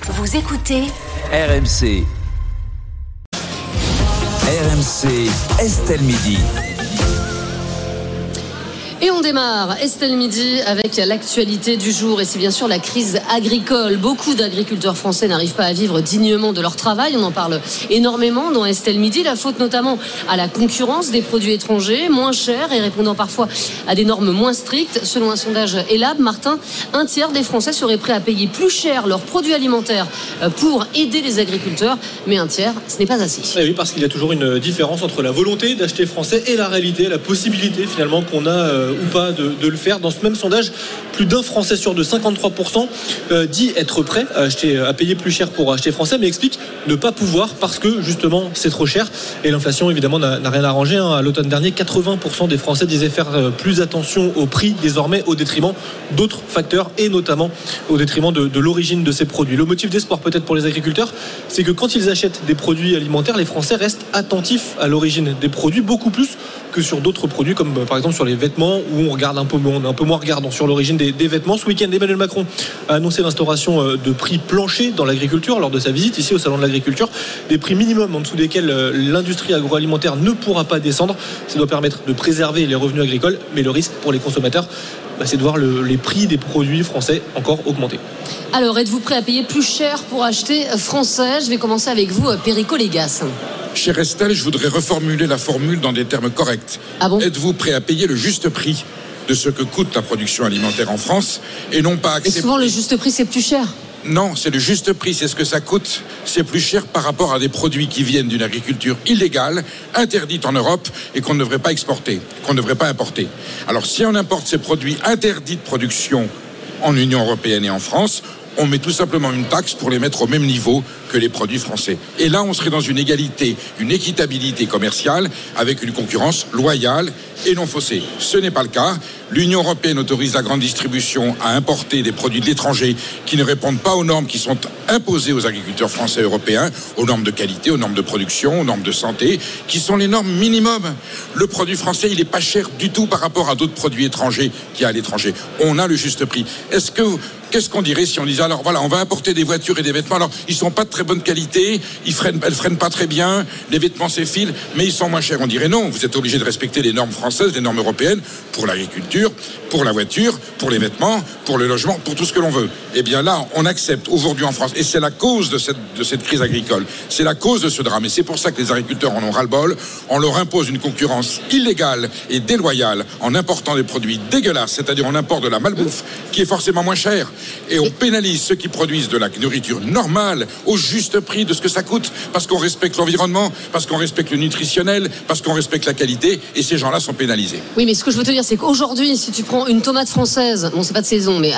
Vous écoutez RMC. RMC, Estelle Midi. Et on démarre Estelle Midi avec l'actualité du jour, et c'est bien sûr la crise agricole. Beaucoup d'agriculteurs français n'arrivent pas à vivre dignement de leur travail. On en parle énormément dans Estelle Midi. La faute notamment à la concurrence des produits étrangers, moins chers et répondant parfois à des normes moins strictes. Selon un sondage Elab, Martin, un tiers des Français seraient prêts à payer plus cher leurs produits alimentaires pour aider les agriculteurs. Mais un tiers, ce n'est pas assez. Et oui, parce qu'il y a toujours une différence entre la volonté d'acheter français et la réalité, la possibilité finalement qu'on a ou pas de le faire. Dans ce même sondage, plus d'un Français sur deux, 53%, dit être prêt à payer plus cher pour acheter français, mais explique ne pas pouvoir parce que justement c'est trop cher. Et l'inflation évidemment n'a rien arrangé. À l'automne dernier, 80% des Français disaient faire plus attention au prix désormais au détriment d'autres facteurs et notamment au détriment de l'origine de ces produits. Le motif d'espoir peut-être pour les agriculteurs, c'est que quand ils achètent des produits alimentaires, les Français restent attentifs à l'origine des produits, beaucoup plus que sur d'autres produits comme par exemple sur les vêtements, où on est un peu moins regardant sur l'origine des vêtements. Ce week-end, Emmanuel Macron a annoncé l'instauration de prix planchers dans l'agriculture lors de sa visite ici au Salon de l'Agriculture, des prix minimums en dessous desquels l'industrie agroalimentaire ne pourra pas descendre. Ça doit permettre de préserver les revenus agricoles, mais le risque pour les consommateurs, c'est de voir les prix des produits français encore augmenter. Alors, êtes-vous prêt à payer plus cher pour acheter français ? Je vais commencer avec vous, Perico Légas. Chère Estelle, je voudrais reformuler la formule dans des termes corrects. Ah bon ? Êtes-vous prêt à payer le juste prix de ce que coûte la production alimentaire en France et non pas accepter... Et souvent, le juste prix, c'est plus cher. Non, c'est le juste prix, c'est ce que ça coûte. C'est plus cher par rapport à des produits qui viennent d'une agriculture illégale, interdite en Europe et qu'on ne devrait pas exporter, qu'on ne devrait pas importer. Alors si on importe ces produits interdits de production en Union européenne et en France, on met tout simplement une taxe pour les mettre au même niveau que les produits français. Et là, on serait dans une égalité, une équitabilité commerciale avec une concurrence loyale et non faussée. Ce n'est pas le cas. L'Union européenne autorise la grande distribution à importer des produits de l'étranger qui ne répondent pas aux normes qui sont imposées aux agriculteurs français et européens, aux normes de qualité, aux normes de production, aux normes de santé, qui sont les normes minimum. Le produit français, il n'est pas cher du tout par rapport à d'autres produits étrangers qu'il y a à l'étranger. On a le juste prix. Qu'est-ce qu'on dirait si on disait, alors voilà, on va importer des voitures et des vêtements, alors ils sont pas de très bonne qualité, elles freinent pas très bien, les vêtements s'effilent, mais ils sont moins chers. On dirait non, vous êtes obligé de respecter les normes françaises, les normes européennes, pour l'agriculture, pour la voiture, pour les vêtements, pour le logement, pour tout ce que l'on veut. Et bien là, on accepte aujourd'hui en France, et c'est la cause de cette crise agricole, c'est la cause de ce drame, et c'est pour ça que les agriculteurs en ont ras-le-bol. On leur impose une concurrence illégale et déloyale en important des produits dégueulasses, c'est-à-dire on importe de la malbouffe qui est forcément moins chère. Et on pénalise ceux qui produisent de la nourriture normale au juste prix de ce que ça coûte, parce qu'on respecte l'environnement, parce qu'on respecte le nutritionnel, parce qu'on respecte la qualité, et ces gens-là sont pénalisés. Oui, mais ce que je veux te dire, c'est qu'aujourd'hui, si tu prends une tomate française, bon, c'est pas de saison, mais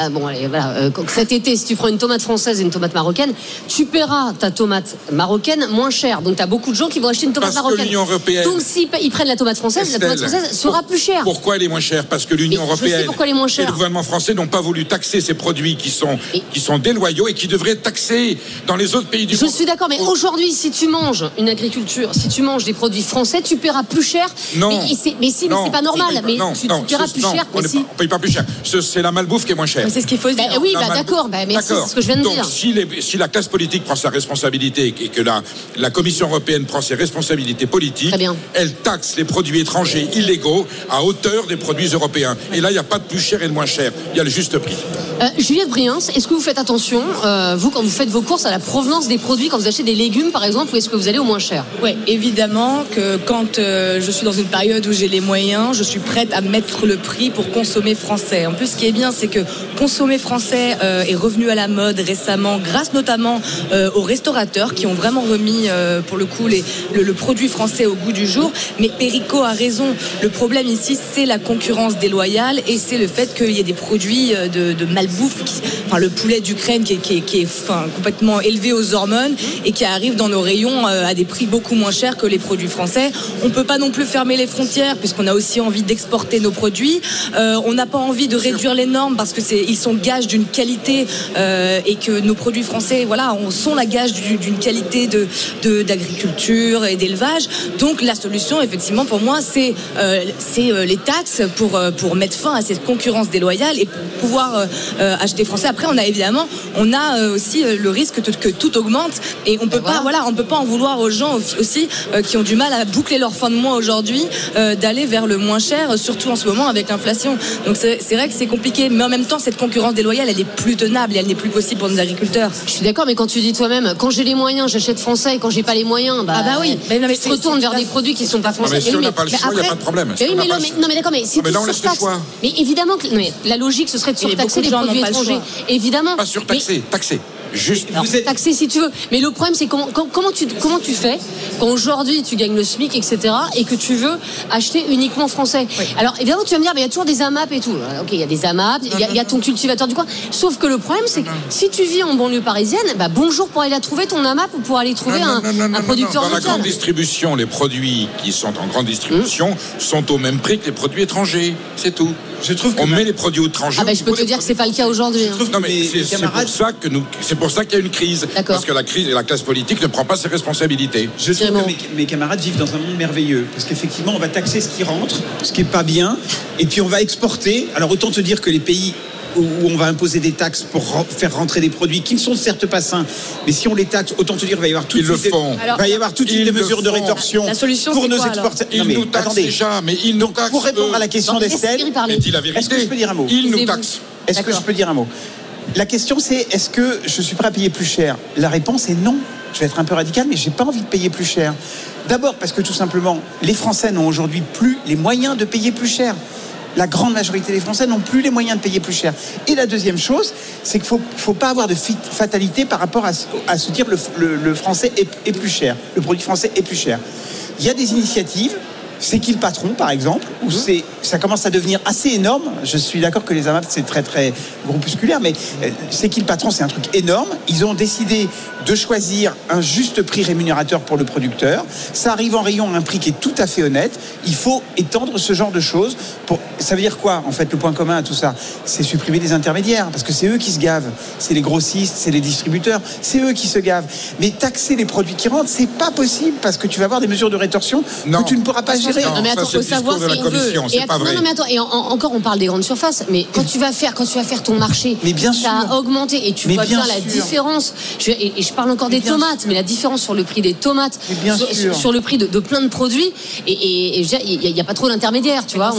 cet été, si tu prends une tomate française et une tomate marocaine, tu paieras ta tomate marocaine moins cher. Donc tu as beaucoup de gens qui vont acheter une tomate marocaine. L'Union européenne... Donc s'ils prennent la tomate française, Estelle, la tomate française sera plus chère. Pourquoi elle est moins chère ? Parce que l'Union européenne et le gouvernement français n'ont pas voulu taxer ces produits qui sont déloyaux et qui devraient être taxés dans les autres pays du monde. Je suis d'accord, mais aujourd'hui, si tu manges une agriculture, si tu manges des produits français, tu paieras plus cher. Non. Mais c'est pas normal. Tu paieras plus cher. On ne paye pas plus cher. C'est la malbouffe qui est moins chère. C'est ce qu'il faut dire. Oui, d'accord. Merci, c'est ce que je viens de dire. Donc, si la classe politique prend sa responsabilité et que la Commission européenne prend ses responsabilités politiques, elle taxe les produits étrangers illégaux à hauteur des produits européens. Et là, il n'y a pas de plus cher et de moins cher. Il y a le juste prix. Juliette Briens, est-ce que vous faites attention, vous, quand vous faites vos courses, à la provenance des produits, quand vous achetez des légumes, par exemple, ou est-ce que vous allez au moins cher ? Oui, évidemment que quand je suis dans une période où j'ai les moyens, je suis prête à mettre le prix pour consommer français. En plus, ce qui est bien, c'est que consommer français est revenu à la mode récemment, grâce notamment aux restaurateurs qui ont vraiment remis, pour le coup, le produit français au goût du jour. Mais Perico a raison. Le problème ici, c'est la concurrence déloyale et c'est le fait qu'il y ait des produits de malbouffe, le poulet d'Ukraine qui est complètement élevé aux hormones et qui arrive dans nos rayons à des prix beaucoup moins chers que les produits français. On ne peut pas non plus fermer les frontières puisqu'on a aussi envie d'exporter nos produits. On n'a pas envie de réduire les normes parce que ils sont gages d'une qualité et que nos produits français, sont la gage d'une qualité d'agriculture et d'élevage. Donc la solution, effectivement, pour moi, c'est les taxes pour mettre fin à cette concurrence déloyale et pouvoir acheter acheter français. Après, on a aussi le risque que tout augmente et on peut pas en vouloir aux gens aussi qui ont du mal à boucler leur fin de mois aujourd'hui d'aller vers le moins cher, surtout en ce moment avec l'inflation. Donc c'est vrai que c'est compliqué, mais en même temps cette concurrence déloyale elle est plus tenable et elle n'est plus possible pour nos agriculteurs. Je suis d'accord, mais quand tu dis toi-même, quand j'ai les moyens, j'achète français, et quand j'ai pas les moyens, mais je retourne vers des produits qui sont pas français. Mais si on n'a pas le choix, il n'y a pas de problème. Non mais d'accord, mais si tu surtaxes, mais évidemment que la logique ce serait de surtaxer les produits étrangers. Évidemment. Pas surtaxer, taxer. Juste. Alors, taxer si tu veux. Mais le problème, c'est comment tu fais quand aujourd'hui tu gagnes le SMIC, etc., et que tu veux acheter uniquement français. Oui. Alors évidemment, tu vas me dire, il y a toujours des AMAP et tout. Ok, il y a des AMAP, il y a ton cultivateur du coin. Sauf que le problème, c'est que si tu vis en banlieue parisienne, bonjour pour aller la trouver ton AMAP ou pour aller trouver un producteur local. Dans la grande distribution, les produits qui sont en grande distribution sont au même prix que les produits étrangers. C'est tout. On met les produits étrangers. Je peux te dire que c'est pas le cas aujourd'hui. Non, mais c'est pour ça qu'il y a une crise. Parce que la crise et la classe politique ne prend pas ses responsabilités. Je trouve que mes camarades vivent dans un monde merveilleux. Parce qu'effectivement, on va taxer ce qui rentre, ce qui est pas bien, et puis on va exporter. Alors autant te dire que les pays où on va imposer des taxes pour faire rentrer des produits qui ne sont certes pas sains, mais si on les taxe, autant te dire qu'il va y avoir tout de suite des mesures de rétorsion pour nos exportateurs. Ils nous taxent déjà, mais ils nous taxent. Pour répondre à la question d'Estelle, dit la vérité. Est-ce que je peux dire un mot? Ils nous taxent. Est-ce que je peux dire un mot? La question c'est, est-ce que je suis prêt à payer plus cher? La réponse est non. Je vais être un peu radical, mais j'ai pas envie de payer plus cher. D'abord parce que tout simplement, les Français n'ont aujourd'hui plus les moyens de payer plus cher. La grande majorité des Français n'ont plus les moyens de payer plus cher. Et la deuxième chose, c'est qu'il faut pas avoir de fatalité par rapport à se dire le français est plus cher. Le produit français est plus cher. Il y a des initiatives. C'est qui le patron, par exemple, où ça commence à devenir assez énorme. Je suis d'accord que les AMAP, c'est très, très groupusculaire, mais c'est qui le patron, c'est un truc énorme. Ils ont décidé de choisir un juste prix rémunérateur pour le producteur. Ça arrive en rayon à un prix qui est tout à fait honnête. Il faut étendre ce genre de choses. Ça veut dire quoi, en fait, le point commun à tout ça? C'est supprimer les intermédiaires, parce que c'est eux qui se gavent. C'est les grossistes, c'est les distributeurs, c'est eux qui se gavent. Mais taxer les produits qui rentrent, c'est pas possible, parce que tu vas avoir des mesures de rétorsion que tu ne pourras pas gérer. Non, mais attends, faut savoir de la commission, c'est pas vrai. Non, mais attends, et encore on parle des grandes surfaces, mais quand tu vas faire ton marché, ça a augmenté et tu vois bien la différence. Et je parle encore des tomates, mais la différence sur le prix des tomates, sur le prix de plein de produits, et il n'y a pas trop d'intermédiaires, tu vois. Dans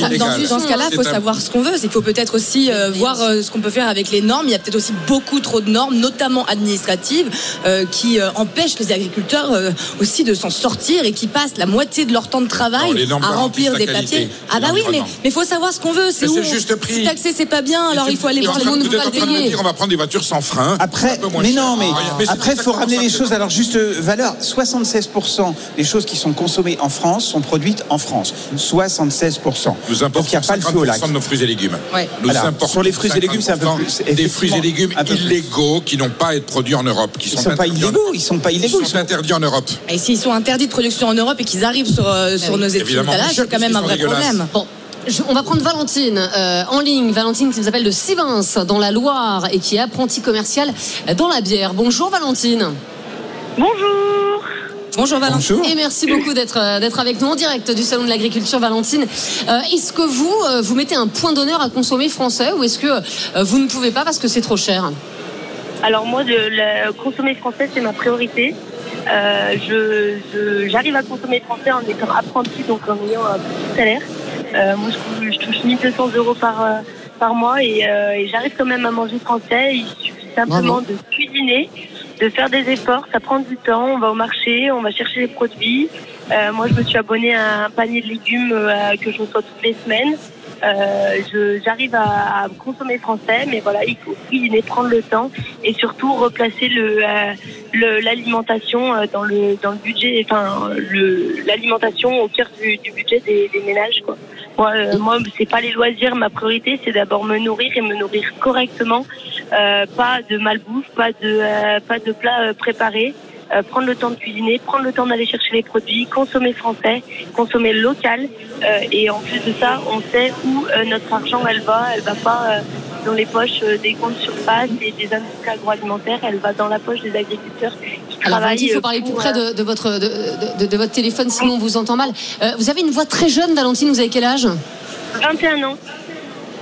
ce cas-là, il faut savoir ce qu'on veut. Il faut peut-être aussi voir ce qu'on peut faire avec les normes. Il y a peut-être aussi beaucoup trop de normes, notamment administratives, qui empêchent les agriculteurs aussi de s'en sortir et qui passent la moitié de leur temps de travail à remplir des papiers. Mais il faut savoir ce qu'on veut. C'est où juste prix. Si taxer c'est pas bien, alors il faut aller voir le monde. On va prendre des voitures sans frein. Après, il faut ramener les choses à leur juste valeur. 76% des choses qui sont consommées en France sont produites en France. 76%. Nous importons 50% de nos fruits et légumes. Nous importons sur les fruits et légumes, c'est un peu plus. Des fruits et légumes illégaux qui n'ont pas à être produits en Europe. Ils sont pas illégaux. Ils sont interdits en Europe. Et s'ils sont interdits de production en Europe et qu'ils arrivent sur nos étalages, c'est quand même un vrai problème. Bon. On va prendre Valentine en ligne. Valentine qui nous appelle de Sivins dans la Loire et qui est apprentie commerciale dans la bière. Bonjour Valentine. Bonjour. Bonjour Valentine. Et merci beaucoup d'être avec nous en direct du Salon de l'Agriculture, Valentine. Est-ce que vous mettez un point d'honneur à consommer français ou est-ce que vous ne pouvez pas parce que c'est trop cher? Alors moi, consommer français, c'est ma priorité. J'arrive à consommer français en étant apprentie, donc en ayant un petit salaire. Moi, je touche 1 200 € par mois et j'arrive quand même à manger français. Il suffit simplement de cuisiner, de faire des efforts. Ça prend du temps. On va au marché, on va chercher les produits. Moi, je me suis abonnée à un panier de légumes que je reçois toutes les semaines. J'arrive à consommer français, mais voilà, il faut cuisiner, prendre le temps et surtout replacer l'alimentation dans le budget, l'alimentation au cœur du budget des ménages, quoi. Moi, c'est pas les loisirs, ma priorité, c'est d'abord me nourrir et me nourrir correctement, pas de malbouffe, pas de plats préparés. Prendre le temps de cuisiner, prendre le temps d'aller chercher les produits, consommer français, consommer local, et en plus de ça, on sait où notre argent elle va pas dans les poches des grandes surfaces et des industries agroalimentaires, elle va dans la poche des agriculteurs qui travaillent. Il faut parler plus près de votre téléphone, sinon on vous entend mal. Vous avez une voix très jeune, Valentine, vous avez quel âge? 21 ans.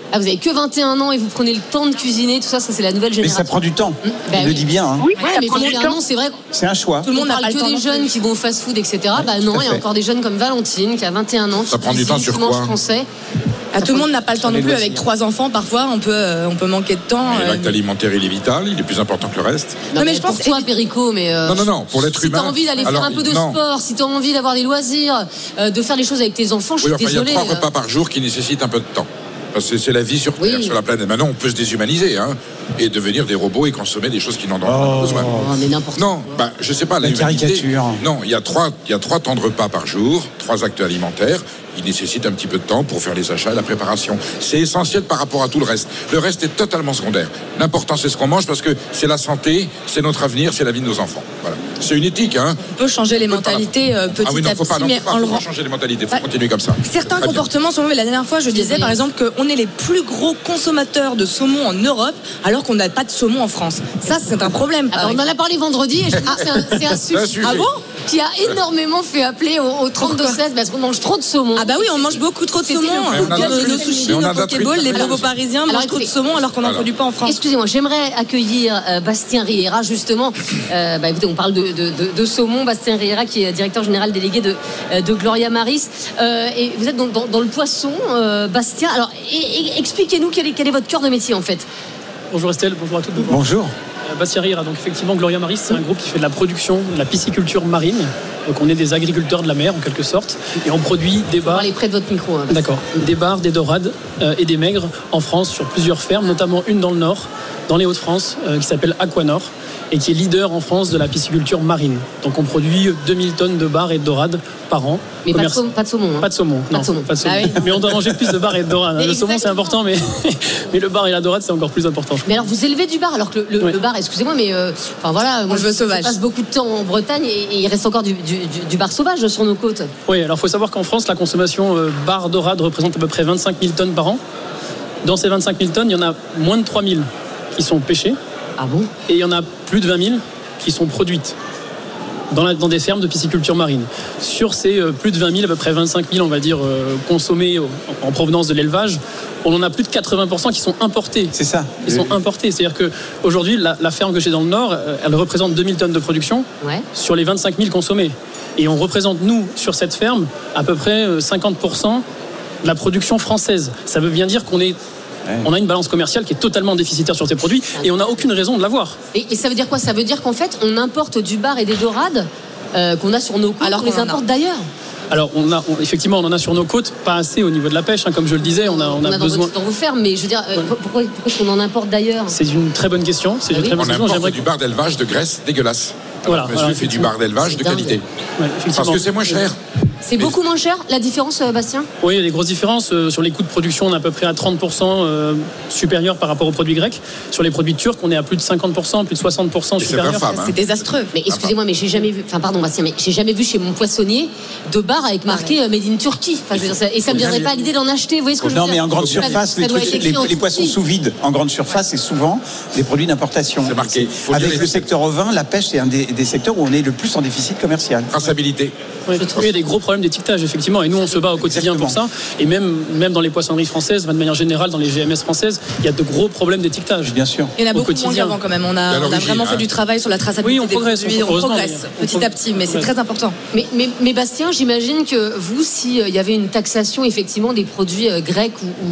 Ah, vous avez que 21 ans et vous prenez le temps de cuisiner, tout ça, c'est la nouvelle Mais génération. ça prend du temps. Bah Il oui. le dit bien. Hein. Oui, Ouais, ça mais prend du 21 temps. ans, c'est vrai. C'est un choix. Tout le monde n'a On pas parle le temps que des non jeunes plus. qui vont au fast-food, etc. Bah non, tout à il y a fait. encore des jeunes comme Valentine qui a 21 ans. Ça prend du temps sur qui mange quoi français. Ah, tout le monde n'a pas le temps Sur non les plus. loisirs. Avec 3 enfants, parfois, on peut manquer de temps. Mais l'acte alimentaire, il est vital, il est plus important que le reste. Non, mais mais je pense pour toi, Perico, mais Non, pour l'être si humain. t'as envie d'aller faire Alors, un peu de non. sport, si t'as envie d'avoir des loisirs, de faire des choses avec tes enfants, je suis Oui, enfin, il y a désolée. 3 repas par jour qui nécessitent un peu de temps. Parce que c'est la vie sur Terre, Oui. sur la planète. Maintenant, on peut se déshumaniser et devenir des robots et consommer des choses qui n'en ont pas besoin. Oh, mais n'importe Non, quoi. je sais pas. La l'humanité- caricature. Non, il y a trois temps de repas par jour, 3 actes alimentaires. Il nécessite un petit peu de temps pour faire les achats et la préparation. C'est essentiel par rapport à tout le reste. Le reste est totalement secondaire. L'important, c'est ce qu'on mange parce que c'est la santé, c'est notre avenir, c'est la vie de nos enfants. Voilà. C'est une éthique, hein. On peut changer les mentalités petit Ah oui, non, à faut petit, pas, mais en le faut pas changer les mentalités. Faut Ah, continuer comme ça. Certains Très bien. comportements sont mauvais. La dernière fois, je disais par exemple qu'on est les plus gros consommateurs de saumon en Europe, alors qu'on n'a pas de saumon en France. Ça, c'est un problème. Alors, on en a parlé vendredi et je trouve que c'est un sujet. sujet. Ah bon Qui a énormément fait appeler au 32-16 parce qu'on mange trop de saumon. Ah bah oui, on mange beaucoup trop de C'était saumon. le Mais on a Nos d'autres- sushis, mais on nos a d'autres pokéballs, trucs. les Alors, bobos parisiens alors, mangent trop de écoutez, saumon alors qu'on n'en alors. produit pas en France. Excusez-moi, j'aimerais accueillir Bastien Riera justement. Écoutez, on parle de saumon. Bastien Riera qui est directeur général délégué de Gloria Maris. Et vous êtes dans le poisson, Bastien. Alors, expliquez-nous quel est votre cœur de métier en fait. Bonjour Estelle, bonjour à toutes. Bonjour. Bastien Riera, donc effectivement Gloria Maris, c'est un groupe qui fait de la production, de la pisciculture marine. Donc on est des agriculteurs de la mer en quelque sorte. Et on produit des On va bars, aller près de votre micro. d'accord, des bars, des dorades et des maigres en France sur plusieurs fermes, notamment une dans le nord, dans les Hauts-de-France, qui s'appelle Aquanor et qui est leader en France de la pisciculture marine. Donc on produit 2000 tonnes de bars et de dorades par an. Mais pas de saumon, hein. Pas de saumon, Pas non, de saumon. pas de saumon. Ah oui. Mais on doit manger plus de bars et de dorades. Le saumon c'est Exactement. important, mais le bar et la dorade c'est encore plus important. je Mais alors vous élevez du bar alors que le Oui. bar, excusez-moi, mais enfin voilà, moi, veut je sauvage. passe beaucoup de temps en Bretagne et il reste encore du bar sauvage sur nos côtes. Oui, alors il faut savoir qu'en France, la consommation bar dorade représente à peu près 25 000 tonnes par an. Dans ces 25 000 tonnes, il y en a moins de 3 000 qui sont pêchées Ah bon? et il y en a plus de 20 000 qui sont produites dans des fermes de pisciculture marine. Sur ces plus de 20 000, à peu près 25 000, on va dire, consommés en provenance de l'élevage, on en a plus de 80% qui sont importés. C'est ça. Ils sont importés. C'est-à-dire qu'aujourd'hui, la ferme que j'ai dans le Nord, elle représente 2000 tonnes de production Ouais. sur les 25 000 consommés. Et on représente, nous, sur cette ferme, à peu près 50% de la production française. Ça veut bien dire on a une balance commerciale qui est totalement déficitaire sur ces produits et on n'a aucune raison de l'avoir. Et ça veut dire quoi? Ça veut dire qu'en fait, on importe du bar et des dorades qu'on a sur nos côtes, Alors on les qu'on en a. importe d'ailleurs. Alors, effectivement, on en a sur nos côtes, pas assez au niveau de la pêche, hein, comme je le disais, on a dans besoin. vos fermes, mais je veux dire, pourquoi est-ce qu'on en importe d'ailleurs? C'est une très bonne question. C'est Ah une oui. très bonne On question. importe J'aimerais du bar d'élevage de graisse dégueulasse. Voilà, Monsieur voilà, fait du bar d'élevage de C'est dingue. qualité. Ouais, effectivement. Parce que c'est moins cher. C'est beaucoup moins cher, la différence, Bastien? Oui, il y a des grosses différences. Sur les coûts de production, on est à peu près à 30% supérieur par rapport aux produits grecs. Sur les produits turcs, on est à plus de 50%, plus de 60% Et c'est supérieur. infâme. C'est désastreux. Mais excusez-moi, mais j'ai jamais vu, enfin pardon Bastien, mais j'ai jamais vu chez mon poissonnier de bar avec marqué Made in Turkey. Enfin, je veux dire, et ça me viendrait pas à l'idée d'en acheter. Vous voyez ce que je veux Non, dire? mais en grande Ça- surface, ça doit être écrit en les tout poissons petit. sous vide, en grande surface, c'est souvent des produits d'importation. C'est marqué. Faut Avec dire le les- secteur ovin, la pêche, c'est un des secteurs où on est le plus en déficit commercial. Traçabilité. Oui, il y a des gros problèmes d'étiquetage, effectivement, et nous on se bat au quotidien pour ça. Et même dans les poissonneries françaises, de manière générale, dans les GMS françaises, il y a de gros problèmes d'étiquetage. Bien sûr. Il y en a Au beaucoup moins quotidien. qu'avant quand même. On Et à a l'origine, vraiment hein. fait du travail sur la traçabilité Oui, on des progresse, produits. On heureusement, progresse on petit à petit, mais c'est Ouais. très important. Mais Bastien, j'imagine que vous, s'il y avait une taxation effectivement des produits grecs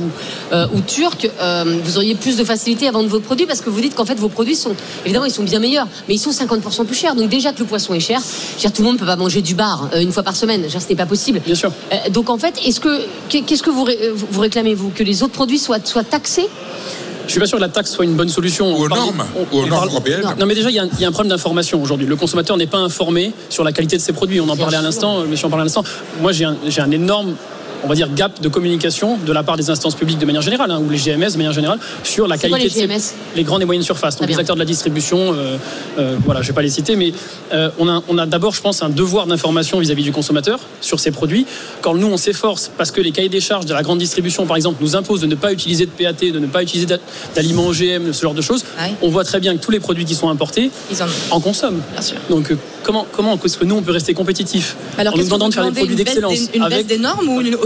ou turcs, vous auriez plus de facilité à vendre vos produits parce que vous dites qu'en fait vos produits sont, évidemment, ils sont bien meilleurs, mais ils sont 50% plus chers. Donc déjà que le poisson est cher, je veux dire, tout le monde ne peut pas manger du bar une fois par semaine. Je veux dire, ce n'est pas possible. Bien sûr. Donc en fait, qu'est-ce que vous réclamez, vous, que les autres produits soient taxés? Je suis pas sûr que la taxe soit une bonne solution. Ou aux On parle- normes. on Ou aux normes parle- européennes. Non, mais déjà, il y a un problème d'information aujourd'hui. Le consommateur n'est pas informé sur la qualité de ses produits. On en parlait à l'instant, monsieur en parlait à l'instant. Moi, j'ai un énorme, on va dire, gap de communication de la part des instances publiques de manière générale, ou les GMS de manière générale, sur la C'est quoi, qualité les de GMS? les grandes et moyennes surfaces, Très donc les bien. acteurs de la distribution. Voilà, je vais pas les citer, mais on a d'abord, je pense, un devoir d'information vis-à-vis du consommateur sur ces produits. Quand nous, on s'efforce, parce que les cahiers des charges de la grande distribution, par exemple, nous imposent de ne pas utiliser de PAT, de ne pas utiliser d'aliments OGM, ce genre de choses, Ouais. on voit très bien que tous les produits qui sont importés Ils en en consomment. Bien sûr. Donc comment est-ce que nous on peut rester compétitifs Alors en nous qu'est-ce que demandant vous de faire des demandez, produits d'excellence une baisse des normes ou une hausse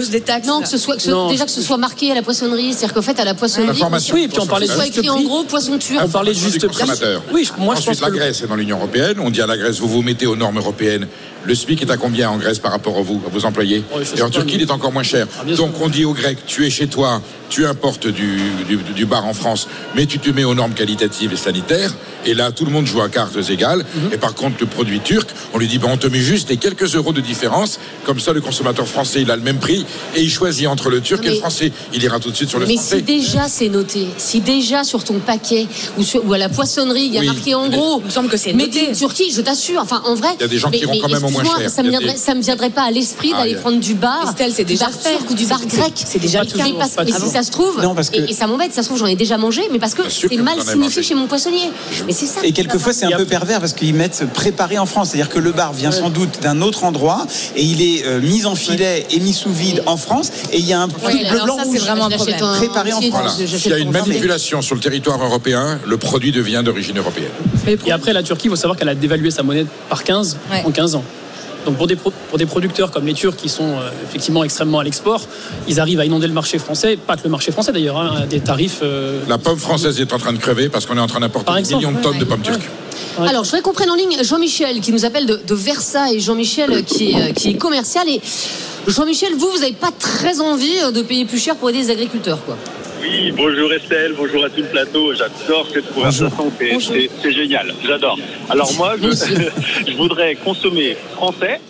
des taxes. Non, que ce soit marqué à la poissonnerie, c'est-à-dire qu'en fait à la poissonnerie, oui, puis on parlait que ce soit écrit en gros poisson turc. On parlait de juste prix. Oui, moi je pense que la Grèce est dans l'Union européenne. On dit à la Grèce, vous vous mettez aux normes européennes. Le SMIC est à combien en Grèce par rapport à vos employés? Et en Turquie, il est encore moins cher. Donc on dit aux Grecs, tu es chez toi, tu importes du bar en France, mais tu te mets aux normes qualitatives et sanitaires. Et là, tout le monde joue à cartes égales. Et par contre, le produit turc, on lui dit, on te met juste les quelques euros de différence. Comme ça, le consommateur français, il a le même prix et il choisit entre le turc et le français. Il ira tout de suite sur le français. Mais si déjà c'est noté, si déjà sur ton paquet ou à la poissonnerie, il y a marqué en gros, il me semble que c'est Made in Turquie, je t'assure. Enfin, en vrai, il y a des gens qui iront quand même au moins cher. Ça me viendrait pas à l'esprit d'aller prendre du bar, Estelle, c'est déjà turc ou du bar grec. C'est déjà le cas. Et si ça se trouve, et ça m'embête, ça se trouve j'en ai déjà mangé, mais parce que c'est mal signifié chez mon poissonnier. Mais c'est ça. Et quelquefois c'est un peu pervers parce qu'ils mettent préparé en France, c'est-à-dire que le bar vient sans doute d'un autre endroit et il est mis en filet et mis sous vide en France et il y a un prix bleu blanc rouge préparé en France. S'il y a une manipulation sur le territoire européen, le produit devient d'origine européenne. Et après la Turquie, il faut savoir qu'elle a dévalué sa monnaie par 15 en 15 ans. Donc pour des producteurs comme les Turcs qui sont effectivement extrêmement à l'export, ils arrivent à inonder le marché français, pas que le marché français d'ailleurs, à des tarifs... La pomme française est en train de crever parce qu'on est en train d'importer des millions de tonnes de pommes turques. Alors, je voudrais qu'on prenne en ligne Jean-Michel qui nous appelle de Versailles. Jean-Michel qui est commercial. Et Jean-Michel, vous n'avez pas très envie de payer plus cher pour aider les agriculteurs, quoi. Oui, bonjour Estelle, bonjour à tout le plateau. J'adore cette conversation, c'est génial, j'adore. Alors moi, je voudrais consommer français,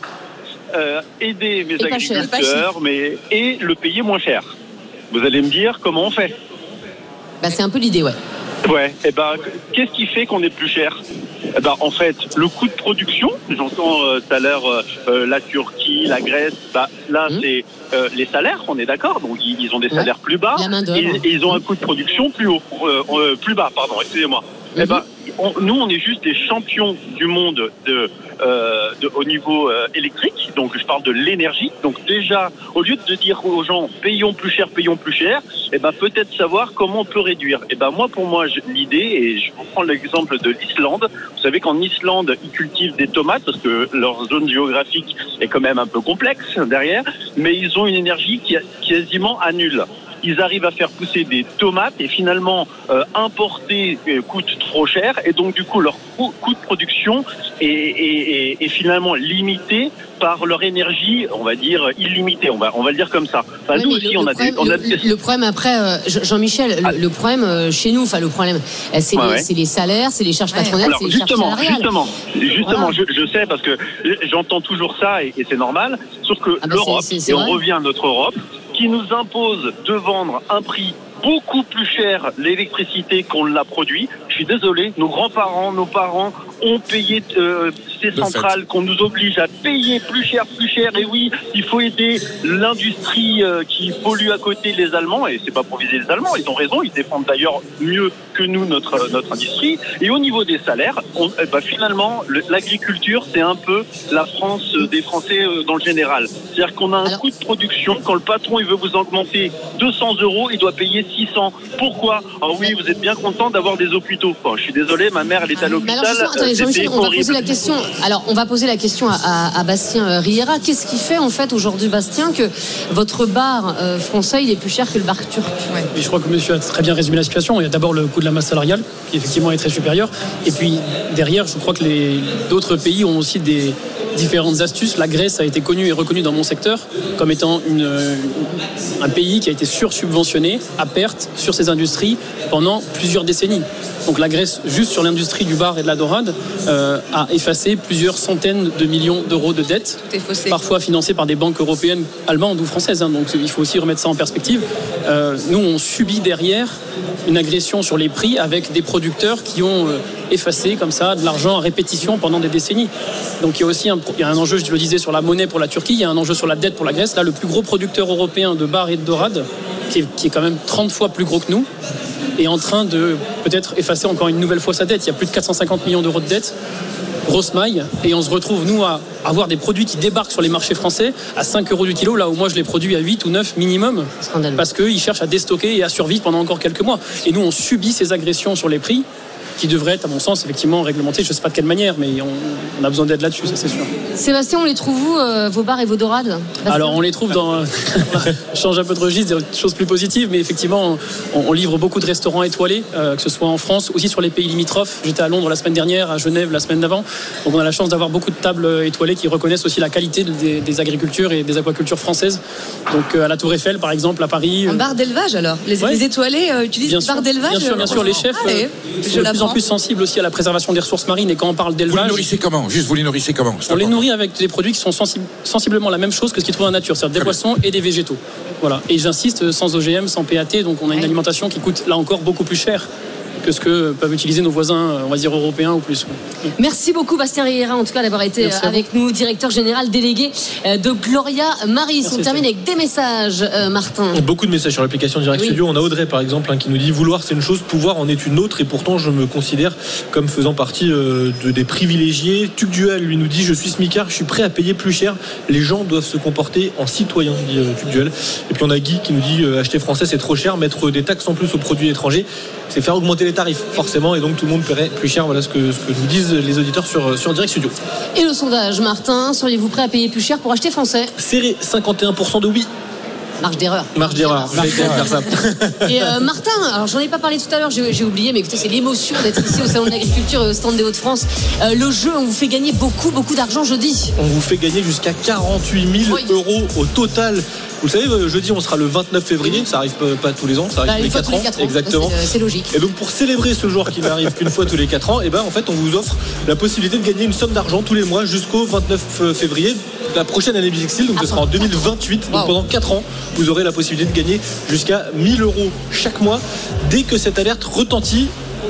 aider mes agriculteurs, et le payer moins cher. Vous allez me dire comment on fait? C'est un peu l'idée, ouais. Ouais, qu'est-ce qui fait qu'on est plus cher? En fait, le coût de production, j'entends tout à l'heure la Turquie, la Grèce, là c'est les salaires, on est d'accord, donc ils ont des salaires plus bas et ils ont un coût de production plus haut, plus bas, pardon, excusez-moi. Nous on est juste des champions du monde au niveau électrique, donc je parle de l'énergie. Donc déjà, au lieu de dire aux gens payons plus cher, peut-être savoir comment on peut réduire. Pour moi, l'idée, et je vous prends l'exemple de l'Islande. Vous savez qu'en Islande, ils cultivent des tomates parce que leur zone géographique est quand même un peu complexe derrière, mais ils ont une énergie qui est quasiment à nul. Ils arrivent à faire pousser des tomates et finalement importer coûte trop cher et donc du coup leur coût de production est finalement limité par leur énergie, on va dire illimitée, on va le dire comme ça. Nous aussi le problème après Jean-Michel, le problème chez nous, le problème c'est les salaires, c'est les charges patronales, alors, c'est les charges salariales. Justement, je sais parce que j'entends toujours ça et c'est normal, sauf que l'Europe, et on revient à notre Europe, qui nous impose de vendre un prix beaucoup plus cher l'électricité qu'on l'a produit. Je suis désolé, nos grands-parents, nos parents ont payé ces centrales qu'on nous oblige à payer plus cher. Et oui, il faut aider l'industrie qui pollue à côté, les Allemands, et c'est pas pour viser les Allemands, ils ont raison, ils défendent d'ailleurs mieux que nous notre industrie. Et au niveau des salaires, finalement, l'agriculture, c'est un peu la France des Français dans le général. C'est-à-dire qu'on a un coût de production, quand le patron il veut vous augmenter 200 €, il doit payer 600. Pourquoi? Ah oui, vous êtes bien content d'avoir des hôpitaux. Je suis désolé, ma mère elle est à l'hôpital. Jean-Michel, on va poser la question. Alors, on va poser la question à Bastien Riera. Qu'est-ce qui fait en fait aujourd'hui, Bastien, que votre bar français il est plus cher que le bar turc? Et je crois que monsieur a très bien résumé la situation. Il y a d'abord le coût de la masse salariale qui effectivement est très supérieur. Et puis derrière, je crois que d'autres pays ont aussi des différentes astuces. La Grèce a été connue et reconnue dans mon secteur comme étant un pays qui a été sursubventionné à perte sur ses industries pendant plusieurs décennies. Donc la Grèce, juste sur l'industrie du bar et de la dorade, a effacé plusieurs centaines de millions d'euros de dettes, parfois financées par des banques européennes, allemandes ou françaises. Donc il faut aussi remettre ça en perspective. Nous, on subit derrière une agression sur les prix avec des producteurs qui ont effacé comme ça de l'argent à répétition pendant des décennies. Donc il y a aussi un enjeu, je le disais, sur la monnaie pour la Turquie, il y a un enjeu sur la dette pour la Grèce. Là, le plus gros producteur européen de bar et de dorade, qui est quand même 30 fois plus gros que nous, est en train de peut-être effacer encore une nouvelle fois sa dette. Il y a plus de 450 millions d'euros de dette, grosse maille, et on se retrouve, nous, à avoir des produits qui débarquent sur les marchés français à 5 € du kilo, là où moi je les produis à 8 ou 9 minimum, parce qu'ils cherchent à déstocker et à survivre pendant encore quelques mois. Et nous, on subit ces agressions sur les prix qui devrait être, à mon sens, effectivement réglementé. Je ne sais pas de quelle manière, mais on a besoin d'aide là-dessus, ça c'est sûr. Sébastien, on les trouve où, vos bars et vos dorades? Alors on les trouve dans... Je change un peu de registre, des choses plus positives, mais effectivement, on livre beaucoup de restaurants étoilés, que ce soit en France, aussi sur les pays limitrophes. J'étais à Londres la semaine dernière, à Genève la semaine d'avant. Donc on a la chance d'avoir beaucoup de tables étoilées qui reconnaissent aussi la qualité des agricultures et des aquacultures françaises. Donc à la Tour Eiffel, par exemple, à Paris. Un bar d'élevage alors. Les étoilés utilisent le bar d'élevage. Bien sûr, les chefs sont de plus en plus sensibles aussi à la préservation des ressources marines. Et quand on parle d'élevage, vous les nourrissez comment? Vous les nourrissez comment? On les nourrit avec des produits qui sont sensiblement la même chose que ce qu'ils trouvent en nature, c'est-à-dire des poissons et des végétaux. Voilà. Et j'insiste, sans OGM, sans PAT, donc on a une alimentation qui coûte là encore beaucoup plus cher que ce que peuvent utiliser nos voisins, on va dire européens ou plus. Merci beaucoup Bastien Riera, en tout cas d'avoir été avec nous, directeur général délégué de Gloria Maris. On termine avec des messages, Martin. Beaucoup de messages sur l'application Direct Studio. On a Audrey par exemple qui nous dit: vouloir c'est une chose, pouvoir en est une autre, et pourtant je me considère comme faisant partie des privilégiés. Tucduel lui nous dit: je suis smicard, je suis prêt à payer plus cher, les gens doivent se comporter en citoyens, dit Tucduel. Et puis on a Guy qui nous dit: acheter français c'est trop cher, mettre des taxes en plus aux produits étrangers, c'est faire augmenter les tarifs forcément, et donc tout le monde paierait plus cher. Voilà ce que nous disent les auditeurs sur Direct Studio. Et le sondage, Martin, seriez-vous prêt à payer plus cher pour acheter français? Serré, 51% de oui. Marge d'erreur. Je vais faire ça. Et Martin, alors j'en ai pas parlé tout à l'heure, j'ai oublié, mais écoutez, c'est l'émotion d'être ici au Salon de l'Agriculture et au stand des Hauts-de-France. Le jeu, on vous fait gagner beaucoup d'argent jeudi. On vous fait gagner jusqu'à 48 000 euros au total. Vous le savez, jeudi, on sera le 29 février. Ça arrive pas tous les ans, ça arrive tous les 4 ans. Exactement. C'est logique. Et donc, pour célébrer ce jour qui n'arrive qu'une fois tous les 4 ans, et ben, en fait, on vous offre la possibilité de gagner une somme d'argent tous les mois jusqu'au 29 février. La prochaine année Bixil, donc ce sera en 2028. Donc pendant 4 ans, vous aurez la possibilité de gagner jusqu'à 1 000 euros chaque mois dès que cette alerte retentit.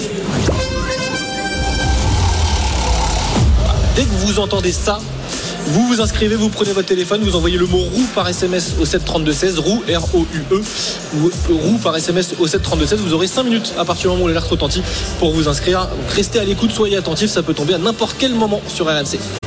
Dès que vous entendez ça, vous vous inscrivez, vous prenez votre téléphone, vous envoyez le mot roue par SMS au 732-16, roue, R-O-U-E, roue par SMS au 732-16. Vous aurez 5 minutes à partir du moment où l'alerte retentit pour vous inscrire. Donc restez à l'écoute, soyez attentifs, ça peut tomber à n'importe quel moment sur RMC.